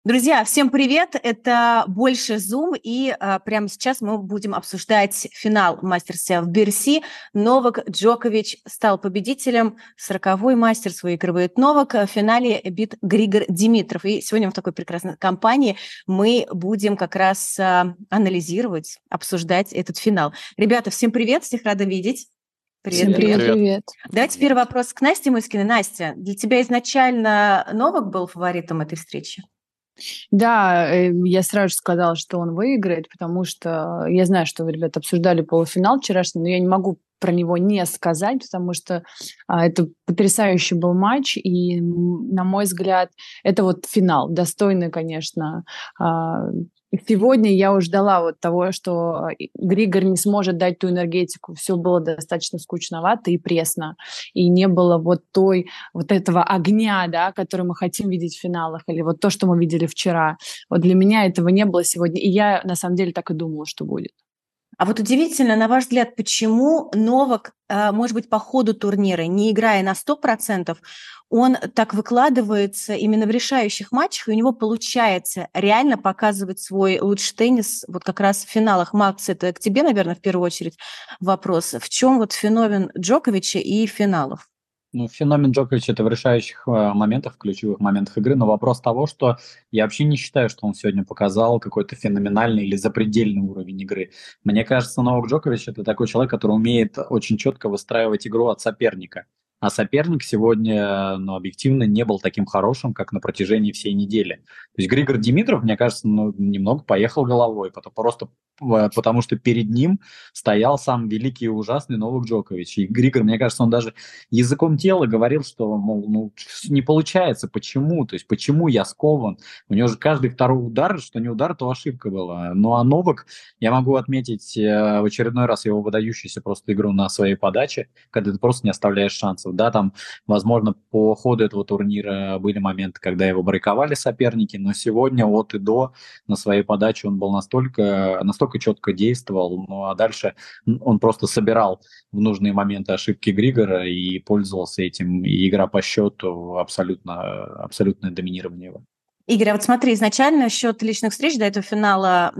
Друзья, всем привет! Это «Больше Зум», и прямо сейчас мы будем обсуждать финал мастерства в Берси. Новак Джокович стал победителем. 40-й мастер выигрывает Новак. В финале бит Григор Димитров. И сегодня в такой прекрасной компании мы будем как раз анализировать, обсуждать этот финал. Ребята, всем привет! Всех рада видеть. Всем привет. Давайте первый вопрос к Насте Мыскиной. Настя, для тебя изначально Новак был фаворитом этой встречи? Да, я сразу же сказала, что он выиграет, потому что я знаю, что вы, ребята, обсуждали полуфинал вчерашний, но я не могу про него не сказать, потому что это потрясающий был матч, и, на мой взгляд, это вот финал, достойный, конечно. Сегодня я уже ждала вот того, что Григор не сможет дать ту энергетику. Все было достаточно скучновато и пресно. И не было вот этого огня, да, который мы хотим видеть в финалах, или вот то, что мы видели вчера. Вот для меня этого не было сегодня. И я, на самом деле, так и думала, что будет. А вот удивительно, на ваш взгляд, почему Новак, может быть, по ходу турнира, не играя на 100%, он так выкладывается именно в решающих матчах, и у него получается реально показывать свой лучший теннис вот как раз в финалах. Макс, это к тебе, наверное, в первую очередь вопрос. В чем вот феномен Джоковича и финалов? Ну, феномен Джоковича это в решающих моментах, в ключевых моментах игры, но вопрос того, что я вообще не считаю, что он сегодня показал какой-то феноменальный или запредельный уровень игры. Мне кажется, Новак Джокович это такой человек, который умеет очень четко выстраивать игру от соперника. А соперник сегодня, ну, объективно не был таким хорошим, как на протяжении всей недели. То есть Григор Димитров, мне кажется, ну, немного поехал головой, потому что перед ним стоял сам великий и ужасный Новак Джокович. И Григор, мне кажется, он даже языком тела говорил, что, мол, ну, не получается, почему? То есть, почему я скован? У него же каждый второй удар, что не удар, то ошибка была. Ну, а Новак, я могу отметить в очередной раз его выдающуюся просто игру на своей подаче, когда ты просто не оставляешь шансов. Да, там, возможно, по ходу этого турнира были моменты, когда его брейковали соперники, но сегодня от и до на своей подаче он был настолько четко действовал, ну, а дальше он просто собирал в нужные моменты ошибки Григора и пользовался этим. И игра по счету абсолютное доминирование его. Игорь, а вот смотри, изначально счет личных встреч до этого финала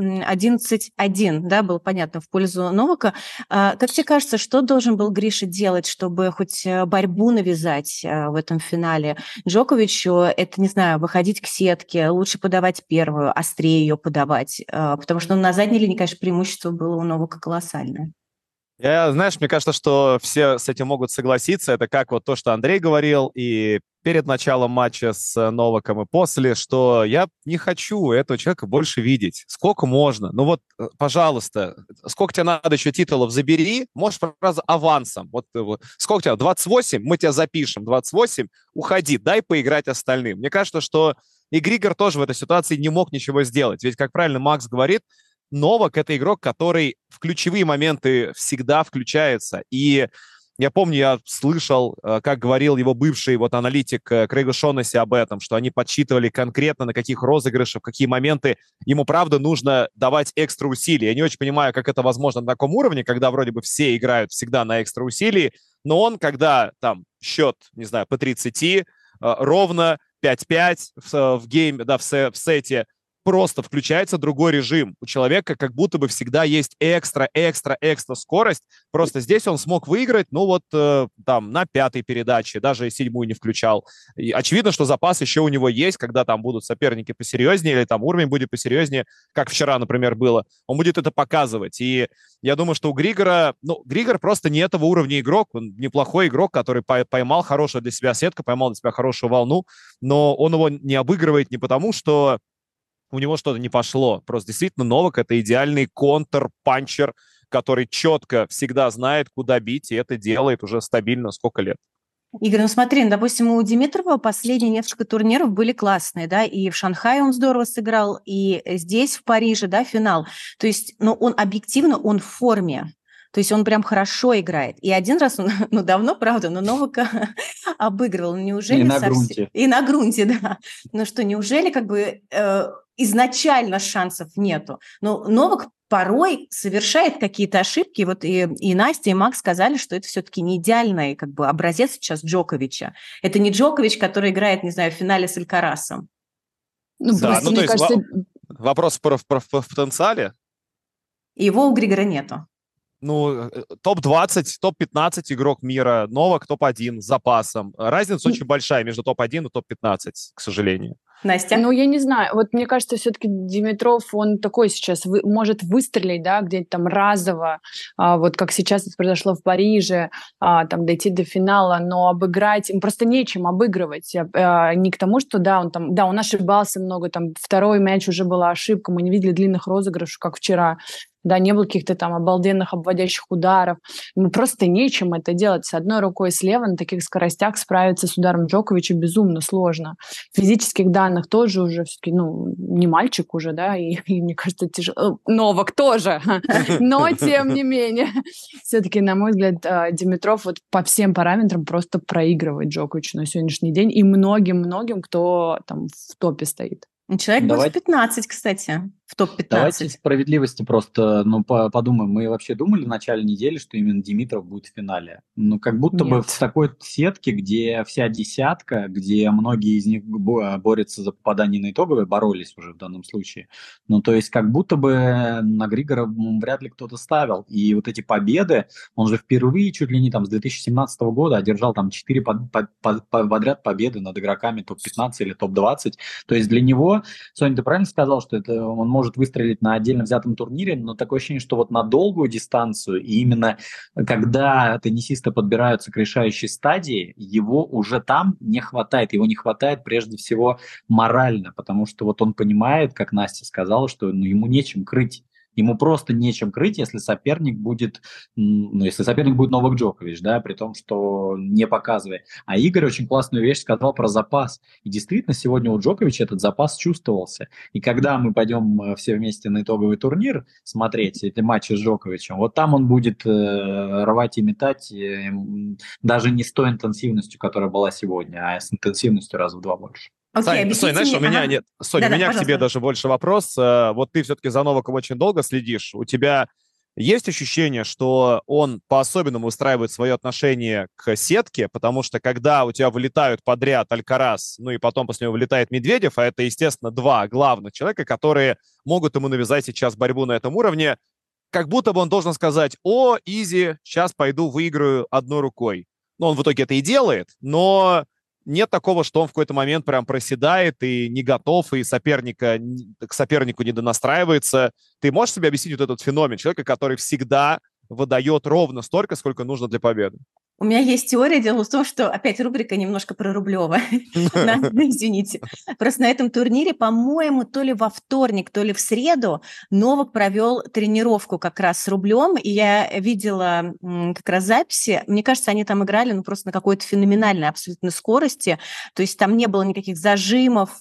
11-1, да, был понятно, в пользу Новака. Как тебе кажется, что должен был Гриша делать, чтобы хоть борьбу навязать в этом финале Джоковичу? Это, не знаю, выходить к сетке, лучше подавать первую, острее ее подавать, потому что на задней линии, конечно, преимущество было у Новака колоссальное. Знаешь, мне кажется, что все с этим могут согласиться. Это как вот то, что Андрей говорил и перед началом матча с Новаком, и после, что я не хочу этого человека больше видеть. Сколько можно? Ну вот, пожалуйста, сколько тебе надо еще титулов, забери. Можешь сразу авансом. Вот сколько тебе? 28? Мы тебя запишем. 28? Уходи, дай поиграть остальным. Мне кажется, что и Григор тоже в этой ситуации не мог ничего сделать. Ведь, как правильно Макс говорит, Новак — это игрок, который в ключевые моменты всегда включается. И я помню, я слышал, как говорил его бывший аналитик Крейг О'Шоннесси об этом, что они подсчитывали конкретно, на каких розыгрышах, в какие моменты ему, правда, нужно давать экстра усилий. Я не очень понимаю, как это возможно на таком уровне, когда вроде бы все играют всегда на экстра усилии, но он, когда там счет, не знаю, по 30, ровно 5-5 в гейме, да, в сете, просто включается другой режим. У человека как будто бы всегда есть экстра скорость. Просто здесь он смог выиграть, там, на 5-й передаче, даже 7-ю не включал. И очевидно, что запас еще у него есть, когда там будут соперники посерьезнее, или там уровень будет посерьезнее, как вчера, например, было. Он будет это показывать. И я думаю, что у Григора... Григор просто не этого уровня игрок. Он неплохой игрок, который поймал хорошую для себя сетку, поймал для себя хорошую волну, но он его не обыгрывает не потому, что у него что-то не пошло. Просто действительно Новак — это идеальный контр-панчер, который четко всегда знает, куда бить, и это делает уже стабильно сколько лет. Игорь, ну смотри, допустим, у Димитрова последние несколько турниров были классные, да, и в Шанхае он здорово сыграл, и здесь, в Париже, да, финал. То есть, он объективно, он в форме. То есть он прям хорошо играет. И один раз он, давно, правда, но Новака обыгрывал. Неужели и на грунте. И на грунте, да. Ну что, неужели изначально шансов нету? Но Новак порой совершает какие-то ошибки. Вот и Настя, и Макс сказали, что это все-таки не идеальный образец сейчас Джоковича. Это не Джокович, который играет, не знаю, в финале с Алькарасом. Ну, Да, просто, ну то мне есть кажется, вопрос в потенциале. Его у Григора нету. Ну, топ-20, топ-15 игрок мира, Новак топ-1 с запасом. Разница очень большая между топ-1 и топ-15, к сожалению. Настя? ну, я не знаю. Вот мне кажется, все-таки Димитров, он такой сейчас, может выстрелить, да, где-то там разово, вот как сейчас это произошло в Париже, там дойти до финала, но обыграть, им просто нечем обыгрывать. Не к тому, что, да, он там, да, он ошибался много, там второй мяч уже была ошибка, мы не видели длинных розыгрышей, как вчера. Да, не было каких-то там обалденных обводящих ударов. Ну, просто нечем это делать. С одной рукой слева на таких скоростях справиться с ударом Джоковича безумно сложно. Физических данных тоже уже все-таки, ну, не мальчик уже, да, и мне кажется, тяжело. Новак тоже, но тем не менее. Все-таки, на мой взгляд, Димитров вот по всем параметрам просто проигрывает Джоковичу на сегодняшний день и многим-многим, кто там в топе стоит. Человек будет в Давайте, 15, кстати, в давайте топ-15. справедливости просто, ну, подумаем. Мы вообще думали в начале недели, что именно Димитров будет в финале? Ну, как будто бы в Нет. такой сетке, где вся десятка, где многие из них борются за попадание на итоговые, боролись уже в данном случае. Ну, то есть, как будто бы на Григора вряд ли кто-то ставил. И вот эти победы, он же впервые чуть ли не там с 2017 года одержал там 4 подряд победы над игроками топ-15 или топ-20. То есть для него, Соня, ты правильно сказал, что это он может выстрелить на отдельно взятом турнире, но такое ощущение, что вот на долгую дистанцию, и именно когда теннисисты подбираются к решающей стадии, его уже там не хватает. Его не хватает прежде всего морально, потому что вот он понимает, как Настя сказала, что ну, ему нечем крыть. Ему просто нечем крыть, если соперник будет, ну, если соперник будет Новак Джокович, да, при том, что не показывая. А Игорь очень классную вещь сказал про запас. И действительно, сегодня у Джоковича этот запас чувствовался. И когда мы пойдем все вместе на итоговый турнир смотреть эти матчи с Джоковичем, вот там он будет рвать и метать даже не с той интенсивностью, которая была сегодня, а с интенсивностью раз в два больше. Окей, Сонь, объясните знаешь, мне. у меня Ага. нет. Сонь, у Да-да, меня к тебе пожалуйста. даже больше вопрос. Вот ты все-таки за Новаком очень долго следишь. У тебя есть ощущение, что он по-особенному устраивает свое отношение к сетке, потому что когда у тебя вылетают подряд Алькарас, ну и потом после него вылетает Медведев, а это, естественно, два главных человека, которые могут ему навязать сейчас борьбу на этом уровне, как будто бы он должен сказать: «О, изи, сейчас пойду выиграю одной рукой». Ну, он в итоге это и делает, но нет такого, что он в какой-то момент прям проседает и не готов, и к сопернику не донастраивается. Ты можешь себе объяснить вот этот феномен человека, который всегда выдает ровно столько, сколько нужно для победы? У меня есть теория. Дело в том, что опять рубрика немножко про Рублева. Извините. Просто на этом турнире, по-моему, то ли во вторник, то ли в среду Новак провел тренировку как раз с Рублем, и я видела как раз записи. Мне кажется, они там играли ну, просто на какой-то феноменальной абсолютно скорости. То есть там не было никаких зажимов.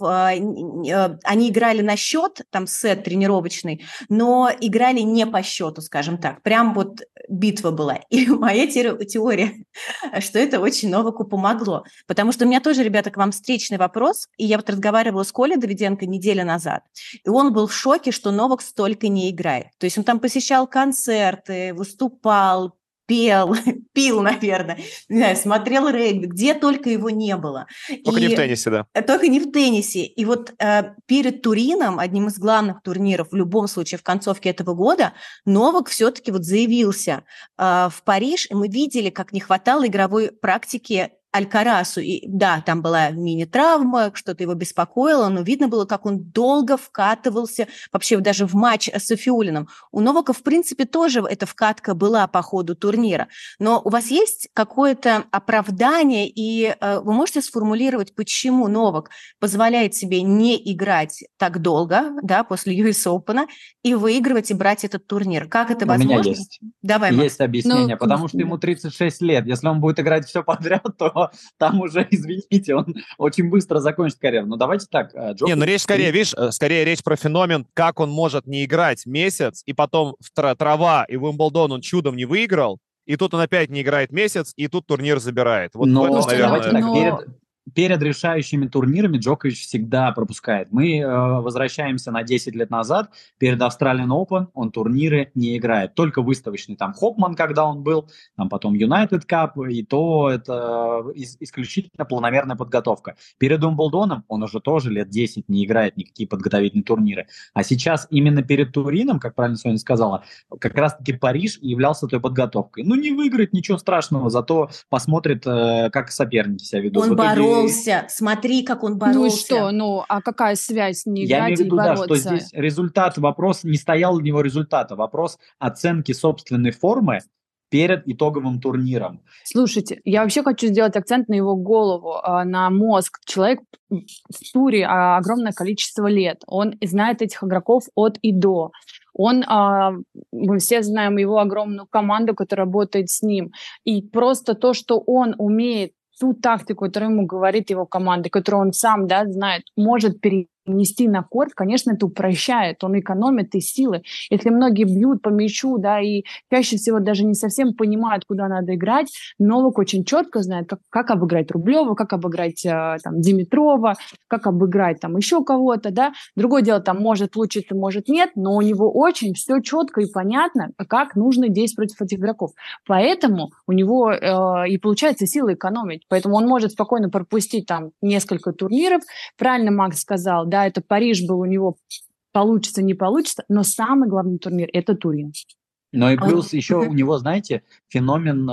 Они играли на счет, там сет тренировочный, но играли не по счету, скажем так. Прям вот битва была. И моя теория, что это очень Новаку помогло. Потому что у меня тоже, ребята, к вам встречный вопрос. И я вот разговаривала с Колей Давиденко неделю назад. И он был в шоке, что Новак столько не играет. То есть он там посещал концерты, выступал, пел, пил, наверное, не знаю, смотрел регби, где только его не было. Только не в теннисе, да. Только не в теннисе. И вот перед Турином, одним из главных турниров, в любом случае, в концовке этого года, Новак все-таки вот заявился в Париж, и мы видели, как не хватало игровой практики Алькарасу. И да, там была мини-травма, что-то его беспокоило, но видно было, как он долго вкатывался вообще даже в матч с Софиулиным. У Новака, в принципе, тоже эта вкатка была по ходу турнира. Но у вас есть какое-то оправдание, и вы можете сформулировать, почему Новак позволяет себе не играть так долго, да, после US Open, и выигрывать и брать этот турнир? Как это возможно? У меня есть. Давай, Макс. Есть объяснение, потому что ему 36 лет. Если он будет играть все подряд, то там уже, извините, он очень быстро закончит карьеру. Но давайте так. Не, ну речь скорее, видишь, скорее речь про феномен, как он может не играть месяц, и потом трава и Уимблдон он чудом не выиграл, и тут он опять не играет месяц, и тут турнир забирает. Вот в Но этом, наверное... давайте так, перед решающими турнирами Джокович всегда пропускает. Мы возвращаемся на 10 лет назад. Перед Australian Open он турниры не играет. Только выставочный. Там Хопман, когда он был, там потом United Cup, и то это исключительно планомерная подготовка. Перед Умблдоном он уже тоже лет 10 не играет никакие подготовительные турниры. А сейчас именно перед Турином, как правильно Соня сказала, как раз-таки Париж являлся той подготовкой. Ну, не выиграть, ничего страшного, зато посмотрит, как соперники себя ведут. Он боролся. Смотри, как он боролся. Ну и что? Ну, а какая связь не Я играть имею в виду, и да, бороться? что здесь результат, вопрос, не стоял у него результата, вопрос оценки собственной формы перед итоговым турниром. Слушайте, я вообще хочу сделать акцент на его голову, на мозг. Человек в туре огромное количество лет. Он знает этих игроков от и до. Мы все знаем его огромную команду, которая работает с ним. И просто то, что он умеет ту тактику, которую ему говорит его команда, которую он сам, да, знает, может перенести на корт, конечно, это упрощает, он экономит и силы. Если многие бьют по мячу, да, и чаще всего даже не совсем понимают, куда надо играть, Новак очень четко знает, как обыграть Рублева, как обыграть там, Димитрова, как обыграть там еще кого-то, да. Другое дело, там может получиться, может нет, но у него очень все четко и понятно, как нужно действовать против этих игроков. Поэтому у него и получается силы экономить. Поэтому он может спокойно пропустить там несколько турниров. Правильно Макс сказал, да, это Париж был у него, получится, не получится, но самый главный турнир – это Турин. Но и плюс еще у него, знаете, феномен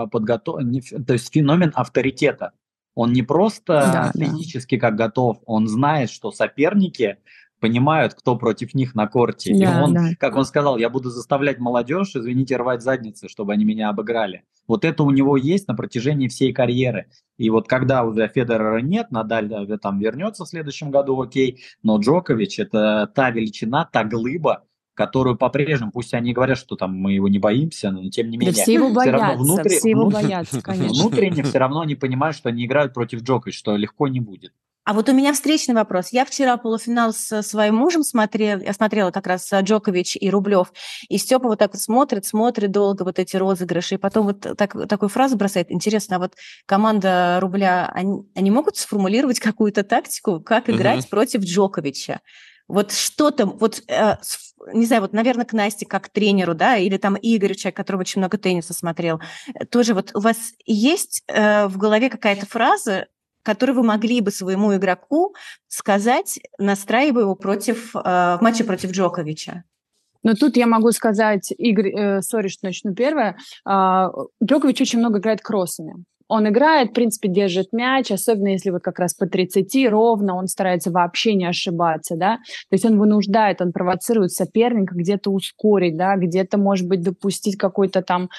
то есть феномен авторитета. Он не просто физически как готов, он знает, что соперники понимают, кто против них на корте. И он, как он сказал, я буду заставлять молодежь, извините, рвать задницы, чтобы они меня обыграли. Вот это у него есть на протяжении всей карьеры. И вот когда уже Федерера нет, Надаль там вернется в следующем году, окей, но Джокович – это та величина, та глыба, которую по-прежнему, пусть они говорят, что там мы его не боимся, но тем не менее. Да все его боятся, все его боятся, конечно. Внутренне все равно они понимают, что они играют против Джоковича, что легко не будет. А вот у меня встречный вопрос. Я вчера полуфинал со своим мужем смотрела, я смотрела как раз Джокович и Рублев, и Степа вот так вот смотрит долго вот эти розыгрыши, и потом вот такую фразу бросает. Интересно, а вот команда Рубля, они могут сформулировать какую-то тактику, как играть против Джоковича? Вот что-то, вот, не знаю, вот, наверное, к Насте как к тренеру, да, или там Игорь, человек, который очень много тенниса смотрел, тоже вот у вас есть в голове какая-то фраза, которую вы могли бы своему игроку сказать, настраивая его в матче против Джоковича? Но тут я могу сказать, Игорь, сори, что начну первое, Джокович очень много играет кроссами. Он играет, в принципе, держит мяч, особенно если вот как раз по 30 ровно, он старается вообще не ошибаться, да, то есть он вынуждает, он провоцирует соперника где-то ускорить, да, где-то, может быть, допустить какой-то там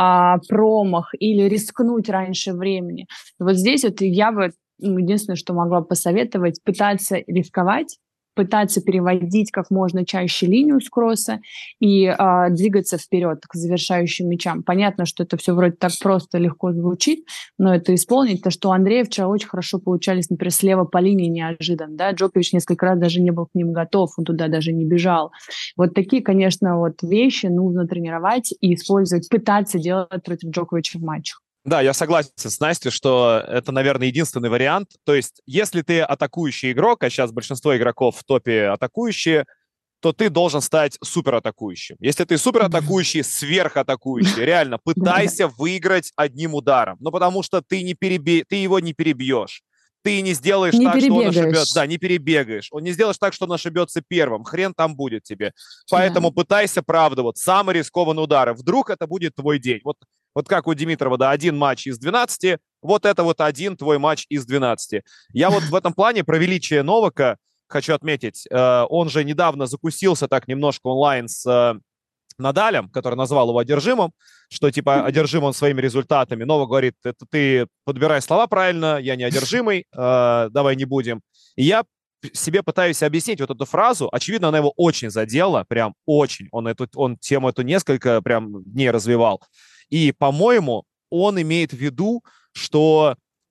промах или рискнуть раньше времени. И вот здесь вот я бы единственное, что могла посоветовать, пытаться рисковать, пытаться переводить как можно чаще линию с кросса и двигаться вперед к завершающим мячам. Понятно, что это все вроде так просто, легко звучит, но это исполнить, то, что у Андрея вчера очень хорошо получались, например, слева по линии неожиданно, да, Джокович несколько раз даже не был к ним готов, он туда даже не бежал. Вот такие, конечно, вот вещи нужно тренировать и использовать, пытаться делать против Джоковича в матчах. Да, я согласен с Настей, что это, наверное, единственный вариант. То есть, если ты атакующий игрок, а сейчас большинство игроков в топе атакующие, то ты должен стать суператакующим. Если ты суператакующий, сверхатакующий, реально пытайся выиграть одним ударом. Ну, потому что ты его не перебьешь. Ты не сделаешь так, что он ошибется. Да, не перебегаешь. Он не сделаешь так, что он ошибется первым. Хрен там будет тебе. Поэтому пытайся, правда, вот самый рискованный удар. Вдруг это будет твой день. Вот как у Димитрова, да, 1 матч из 12, вот это вот один твой матч из 12. Я вот в этом плане про величие Новака хочу отметить. Он же недавно закусился так немножко онлайн с Надалем, который назвал его одержимым, что типа одержим он своими результатами. Новак говорит, это ты подбирай слова правильно, я не одержимый, давай не будем. И я себе пытаюсь объяснить вот эту фразу. Очевидно, она его очень задела, прям очень. Он тему эту несколько прям дней развивал. И, по-моему, он имеет в виду, что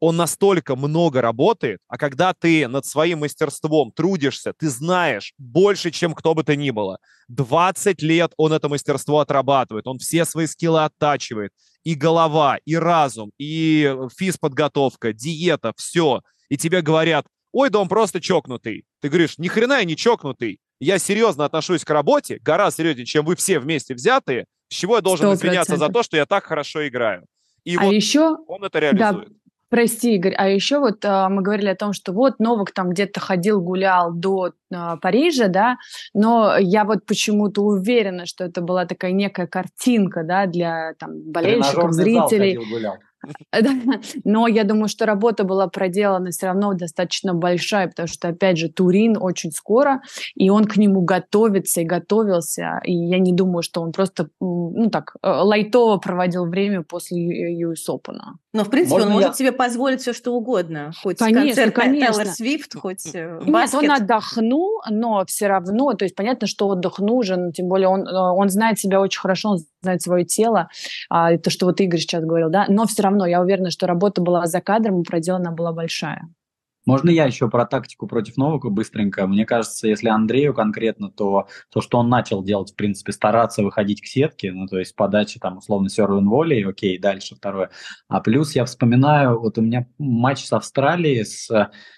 он настолько много работает, а когда ты над своим мастерством трудишься, ты знаешь больше, чем кто бы то ни было. 20 лет он это мастерство отрабатывает, он все свои скиллы оттачивает. И голова, и разум, и физподготовка, диета, все. И тебе говорят, ой, да он просто чокнутый. Ты говоришь, ни хрена я не чокнутый. Я серьезно отношусь к работе, гораздо серьезнее, чем вы все вместе взятые, с чего я должен 100%. извиняться за то, что я так хорошо играю. И А вот еще, он это да, реализует. прости, Игорь, а еще вот мы говорили о том, что вот Новак там где-то ходил, гулял до Парижа, да, но я вот почему-то уверена, что это была такая некая картинка, да, для там болельщиков, Тренажерный зал зрителей. ходил, гулял. Да, но я думаю, что работа была проделана все равно достаточно большая, потому что, опять же, Турин очень скоро, и он к нему готовится и готовился, и я не думаю, что он просто, ну так, лайтово проводил время после US Open. Но, в принципе, Можно он я- может себе позволить все, что угодно. Хоть Конечно, концерт конечно. Тейлор Свифт, хоть Нет, баскет. он отдохнул, но все равно, то есть понятно, что отдых нужен, тем более он знает себя очень хорошо, он знает свое тело, то, что вот Игорь сейчас говорил, да, но все равно я уверена, что работа была за кадром, и проделана была большая. Можно я еще про тактику против Новака быстренько? Мне кажется, если Андрею конкретно, то что он начал делать, в принципе, стараться выходить к сетке, ну, то есть подачи там, условно, сервин волей, окей, дальше второе. А плюс я вспоминаю, вот у меня матч с Австралией с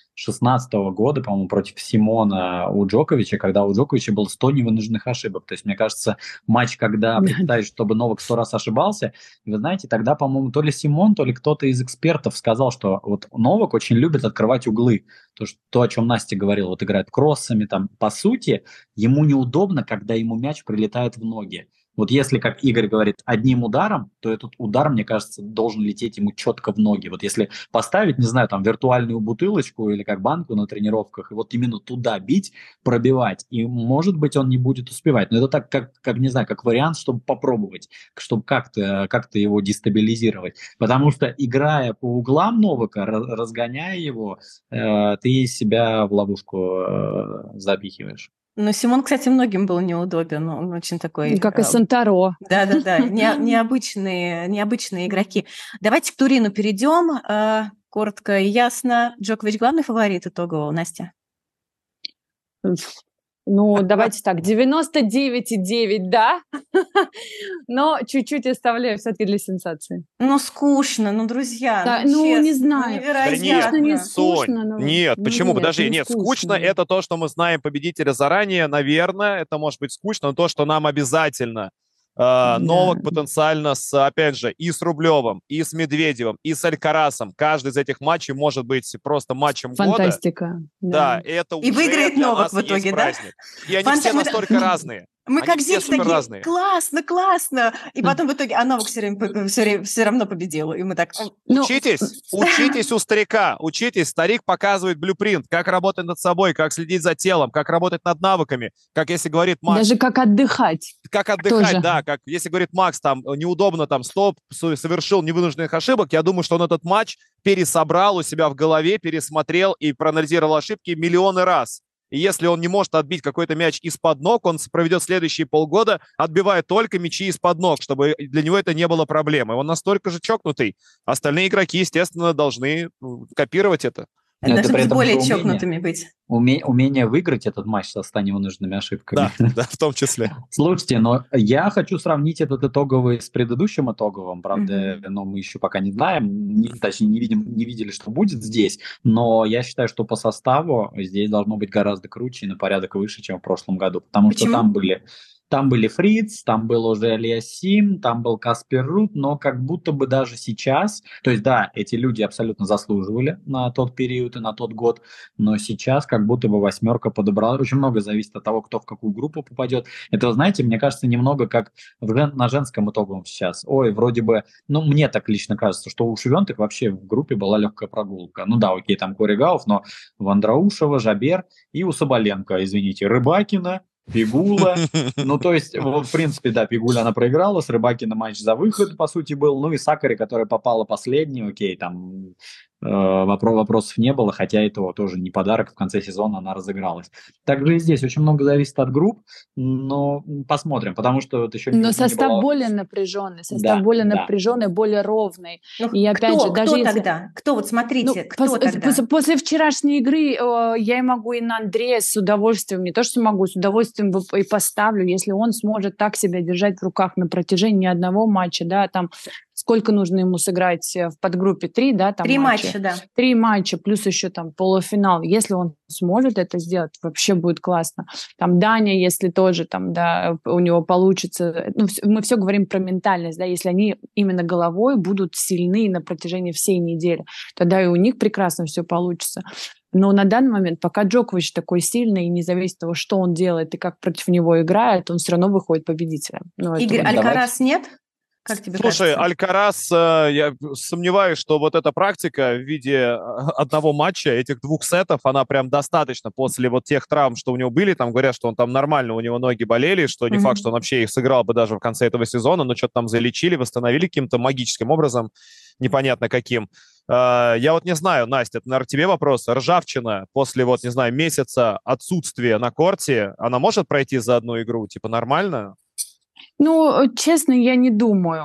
16 года, по-моему, против Симона у Джоковича, когда у Джоковича было 100 невынужденных ошибок. То есть, мне кажется, матч, когда представить, чтобы Новак 100 раз ошибался, вы знаете, тогда, по-моему, то ли Симон, то ли кто-то из экспертов сказал, что вот Новак очень любит открывать углы. То, о чем Настя говорила, вот играет кроссами, там, по сути, ему неудобно, когда ему мяч прилетает в ноги. Вот если, как Игорь говорит, одним ударом, то этот удар, мне кажется, должен лететь ему четко в ноги. Вот если поставить, не знаю, там, виртуальную бутылочку или как банку на тренировках, и вот именно туда бить, пробивать, и, может быть, он не будет успевать. Но это так, как не знаю, как вариант, чтобы попробовать, чтобы как-то его дестабилизировать. Потому что, играя по углам Новака, разгоняя его, ты себя в ловушку запихиваешь. Но Симон, кстати, многим был неудобен. Он очень такой... Как и Сантаро. Да-да-да, необычные игроки. Давайте к Турину перейдем. Коротко и ясно. Джокович главный фаворит итогового, Настя? Ну, давайте так, 99,9, да, но чуть-чуть оставляю все-таки для сенсации. Ну, скучно, ну, друзья, Да, ну, ну, честно, не знаю. Да невероятно. Конечно, не Сонь, скучно, но- нет, почему? Нет, Подожди, не нет, скучно скучно. это то, что мы знаем победителя заранее, наверное, это может быть скучно, но то, что нам обязательно Новак потенциально опять же, и с Рублевым, и с Медведевым, и с Алькарасом. Каждый из этих матчей может быть просто матчем года. Фантастика. Да, это И уже выиграет для Новак нас в итоге, есть да? праздник. И они все настолько разные. Мы Они как все дети супер такие, разные. классно. И потом в итоге, Новак все равно победил. И мы так... Учитесь у старика, учитесь. Старик показывает блюпринт, как работать над собой, как следить за телом, как работать над навыками, как если говорит Макс. Даже как отдыхать. Как отдыхать, тоже. да, как если говорит Макс, там неудобно, там стоп, совершил невынужденных ошибок, я думаю, что он этот матч пересобрал у себя в голове, пересмотрел и проанализировал ошибки миллионы раз. И если он не может отбить какой-то мяч из-под ног, он проведет следующие полгода, отбивая только мячи из-под ног, чтобы для него это не было проблемой. Он настолько же чокнутый. Остальные игроки, естественно, должны копировать это. Должны при быть этом более же умение. чокнутыми быть. Умение выиграть этот матч со 100 невынужденными ошибками. Да, в том числе. Слушайте, но я хочу сравнить этот итоговый с предыдущим итоговым. Правда, но мы еще пока не знаем, точнее, не видели, что будет здесь. Но я считаю, что по составу здесь должно быть гораздо круче и на порядок выше, чем в прошлом году. Потому что там были Фриц, там был уже Алиасим, там был Каспер Рут, но как будто бы даже сейчас, то есть да, эти люди абсолютно заслуживали на тот период и на тот год, но сейчас как будто бы восьмерка подобрала. Очень много зависит от того, кто в какую группу попадет. Это, знаете, мне кажется, немного как на женском итоговом сейчас. Ой, вроде бы, ну, мне так лично кажется, что у Швентых вообще в группе была легкая прогулка. Ну да, окей, там Коригауф, но Вандраушева, Жабер и у Соболенко, извините, Рыбакина, Пигула, ну, то есть, в принципе, да, Пигуля она проиграла, с Рыбакина матч за выход, по сути, был, ну, и Сакари, которая попала последней, окей, там, вопросов не было, хотя этого тоже не подарок, в конце сезона она разыгралась. Также и здесь очень много зависит от групп, но посмотрим, потому что вот еще Но не состав было... более напряженный, Да, да. более ровный. Ну, И опять же, даже кто если... тогда? Кто, вот смотрите, Ну, кто тогда? после вчерашней игры я и могу и на Андрея с удовольствием, не то что могу, с удовольствием и поставлю, если он сможет так себя держать в руках на протяжении ни одного матча, да, там сколько нужно ему сыграть в подгруппе, 3, да, там 3 матча. матча, да. 3 матча, плюс еще там полуфинал. Если он сможет это сделать, вообще будет классно. Там Даня, если тоже там, да, у него получится, ну, мы все говорим про ментальность, да, если они именно головой будут сильны на протяжении всей недели, тогда и у них прекрасно все получится. Но на данный момент, пока Джокович такой сильный, и не зависит от того, что он делает и как против него играет, он все равно выходит победителем. Ну, Игорь, это... Алькарас нет? Как тебе Слушай, кажется? Алькарас, я сомневаюсь, что вот эта практика в виде одного матча, этих 2 сетов, она прям достаточно после вот тех травм, что у него были. Там говорят, что он там нормально, у него ноги болели, что не факт, что он вообще их сыграл бы даже в конце этого сезона, но что-то там залечили, восстановили каким-то магическим образом, непонятно каким. Я вот не знаю, Настя, это, наверное, тебе вопрос. Ржавчина после, вот, не знаю, месяца отсутствия на корте, она может пройти за одну игру? Типа нормально? Ну, честно, я не думаю,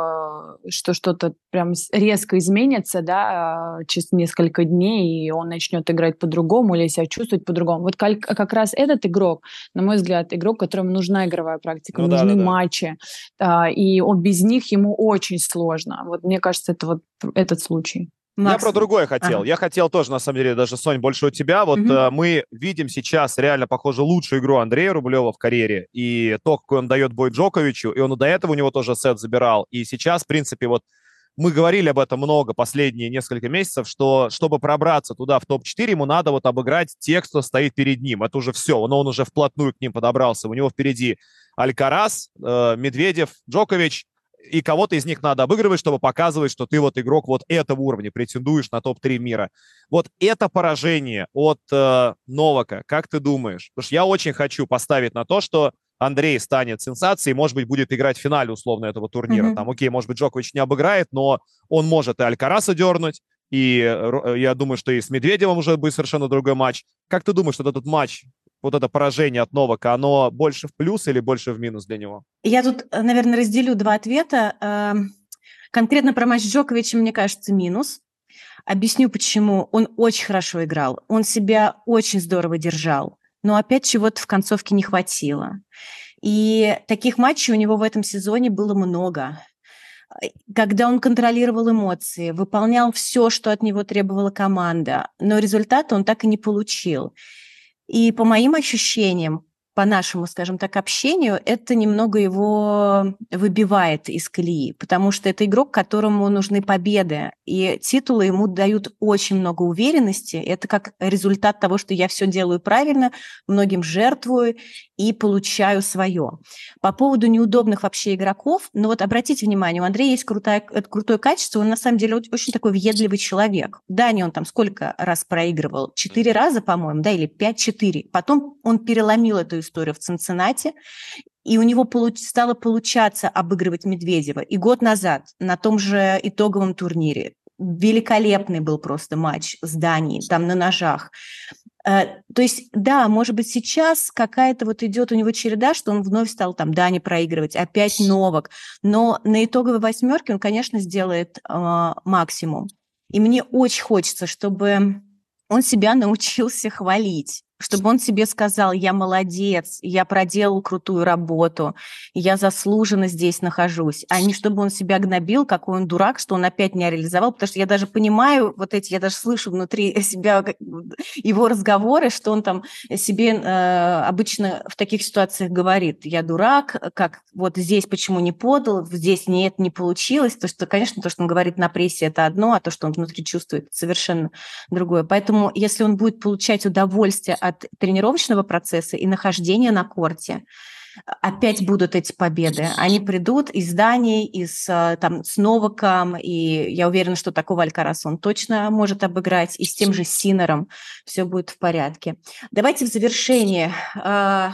что что-то прям резко изменится, да, через несколько дней, и он начнет играть по-другому или себя чувствовать по-другому. Вот как раз этот игрок, на мой взгляд, игрок, которому нужна игровая практика, Ну нужны да. матчи, и он без них ему очень сложно. Вот мне кажется, это вот этот случай. Я Макс. про другое хотел. Ага. Я хотел тоже, на самом деле, даже, Сонь, больше у тебя. Вот мы видим сейчас реально, похоже, лучшую игру Андрея Рублева в карьере. И то, какой он дает бой Джоковичу, и он и до этого у него тоже сет забирал. И сейчас, в принципе, вот мы говорили об этом много последние несколько месяцев, что чтобы пробраться туда в топ-4, ему надо вот обыграть тех, кто стоит перед ним. Это уже все, но он уже вплотную к ним подобрался. У него впереди Алькарас, Медведев, Джокович, и кого-то из них надо обыгрывать, чтобы показывать, что ты вот игрок вот этого уровня, претендуешь на топ-3 мира. Вот это поражение от Новака, как ты думаешь? Потому что я очень хочу поставить на то, что Андрей станет сенсацией, может быть, будет играть в финале условно этого турнира. Там, окей, может быть, Джокович не обыграет, но он может и Алькараса дернуть, и я думаю, что и с Медведевым уже будет совершенно другой матч. Как ты думаешь, что этот матч, вот это поражение от Новака, оно больше в плюс или больше в минус для него? Я тут, наверное, разделю 2 ответа. Конкретно про матч с Джоковичем, мне кажется, минус. Объясню, почему. Он очень хорошо играл, он себя очень здорово держал, но опять чего-то в концовке не хватило. И таких матчей у него в этом сезоне было много. Когда он контролировал эмоции, выполнял все, что от него требовала команда, но результата он так и не получил. И по моим ощущениям, по нашему, скажем так, общению, это немного его выбивает из колеи, потому что это игрок, которому нужны победы, и титулы ему дают очень много уверенности. Это как результат того, что я все делаю правильно, многим жертвую и получаю свое. По поводу неудобных вообще игроков, ну вот обратите внимание, у Андрея есть крутое качество, он на самом деле очень такой въедливый человек. Дани он там сколько раз проигрывал? 4 раза, по-моему, да, или 5-4. Потом он переломил эту историю в Цинциннати, и у него стало получаться обыгрывать Медведева. И год назад на том же итоговом турнире великолепный был просто матч с Данией, там на ножах. То есть, да, может быть, сейчас какая-то вот идет у него череда, что он вновь стал там Дани проигрывать, опять Новак, но на итоговой 8 он, конечно, сделает максимум. И мне очень хочется, чтобы он себя научился хвалить, чтобы он себе сказал: я молодец, я проделал крутую работу, я заслуженно здесь нахожусь, а не чтобы он себя гнобил, какой он дурак, что он опять не реализовал, потому что я даже понимаю вот эти, я даже слышу внутри себя его разговоры, что он там себе обычно в таких ситуациях говорит: я дурак, как вот здесь почему не подал, здесь нет, не получилось, то что, конечно, то, что он говорит на прессе, это одно, а то, что он внутри чувствует, совершенно другое. Поэтому если он будет получать удовольствие от тренировочного процесса и нахождения на корте, опять будут эти победы. Они придут из Дании, с Новаком, и я уверена, что такого Алькараса он точно может обыграть, и с тем же Синером все будет в порядке. Давайте в завершение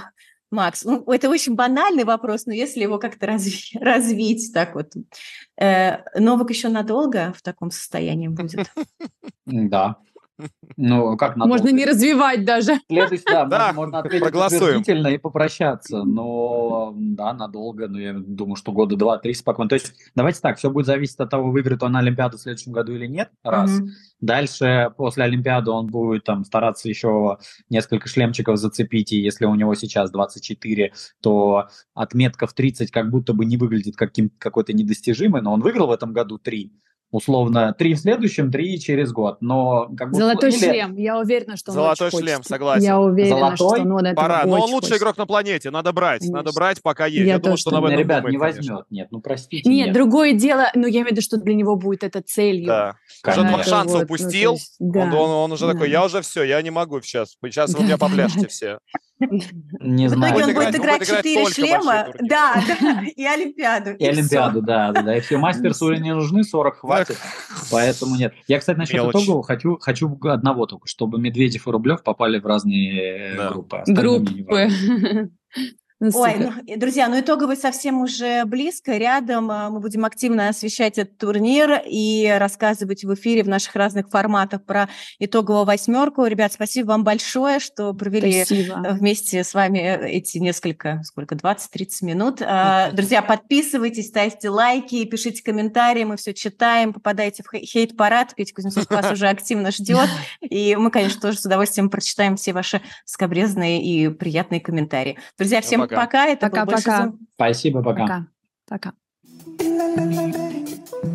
Макс, ну, это очень банальный вопрос, но если его как-то развить так вот. Новак еще надолго в таком состоянии будет? Да. Ну, как надолго? Можно не развивать даже. Следующий, да, Да, можно ответить проголосуем. утвердительно и попрощаться, но да, надолго, но я думаю, что года 2-3 спокойно. То есть давайте так, все будет зависеть от того, выиграет он Олимпиаду в следующем году или нет, раз. Мгм. Дальше, после Олимпиады, он будет там стараться еще несколько шлемчиков зацепить, и если у него сейчас 24, то отметка в 30 как будто бы не выглядит какой-то недостижимой, но он выиграл в этом году 3. Условно, 3 в следующем, 3 через год. Но как бы Золотой или шлем. Я уверена, что он Золотой очень шлем, хочет. согласен. Я уверена, что Золотой? он этого Пора. Но он очень лучший хочет. игрок на планете. Надо брать. Надо Конечно. брать, пока есть. Я Я думаю, тоже что он об так этом ребят, думает, не конечно. возьмет. Нет, ну простите, Нет, нет. другое дело, но я имею в виду, что для него будет это целью. Да. Конечно. Что два Это шанса вот, ну, то упустил, есть, да, он уже да. такой, я уже все, я не могу сейчас. Сейчас вы Да, меня да, побляшьте да. все. Не В итоге знаю. он Будет будет играть играть 4 только большие шлема, турниры. да, и Олимпиаду, И и Олимпиаду, все. да. И все, мастерс уже не нужны, 40 хватит, поэтому нет. Я, кстати, насчет Мелочь. итогового хочу одного только, чтобы Медведев и Рублев попали в разные Да. группы. Остальное мне не важно. Группы. Ну, Ой, супер. ну, друзья, ну итоговый совсем уже близко, рядом. Мы будем активно освещать этот турнир и рассказывать в эфире в наших разных форматах про итоговую восьмерку. Ребят, спасибо вам большое, что провели Спасибо. вместе с вами эти 20-30 минут. Друзья, подписывайтесь, ставьте лайки, пишите комментарии, мы все читаем, попадайте в хейт-парад. Петя Кузнецов вас уже активно ждет. И мы, конечно, тоже с удовольствием прочитаем все ваши скабрезные и приятные комментарии. Друзья, всем пока. Это был «Больше Пока-пока. зум». Спасибо, пока. Пока. Пока.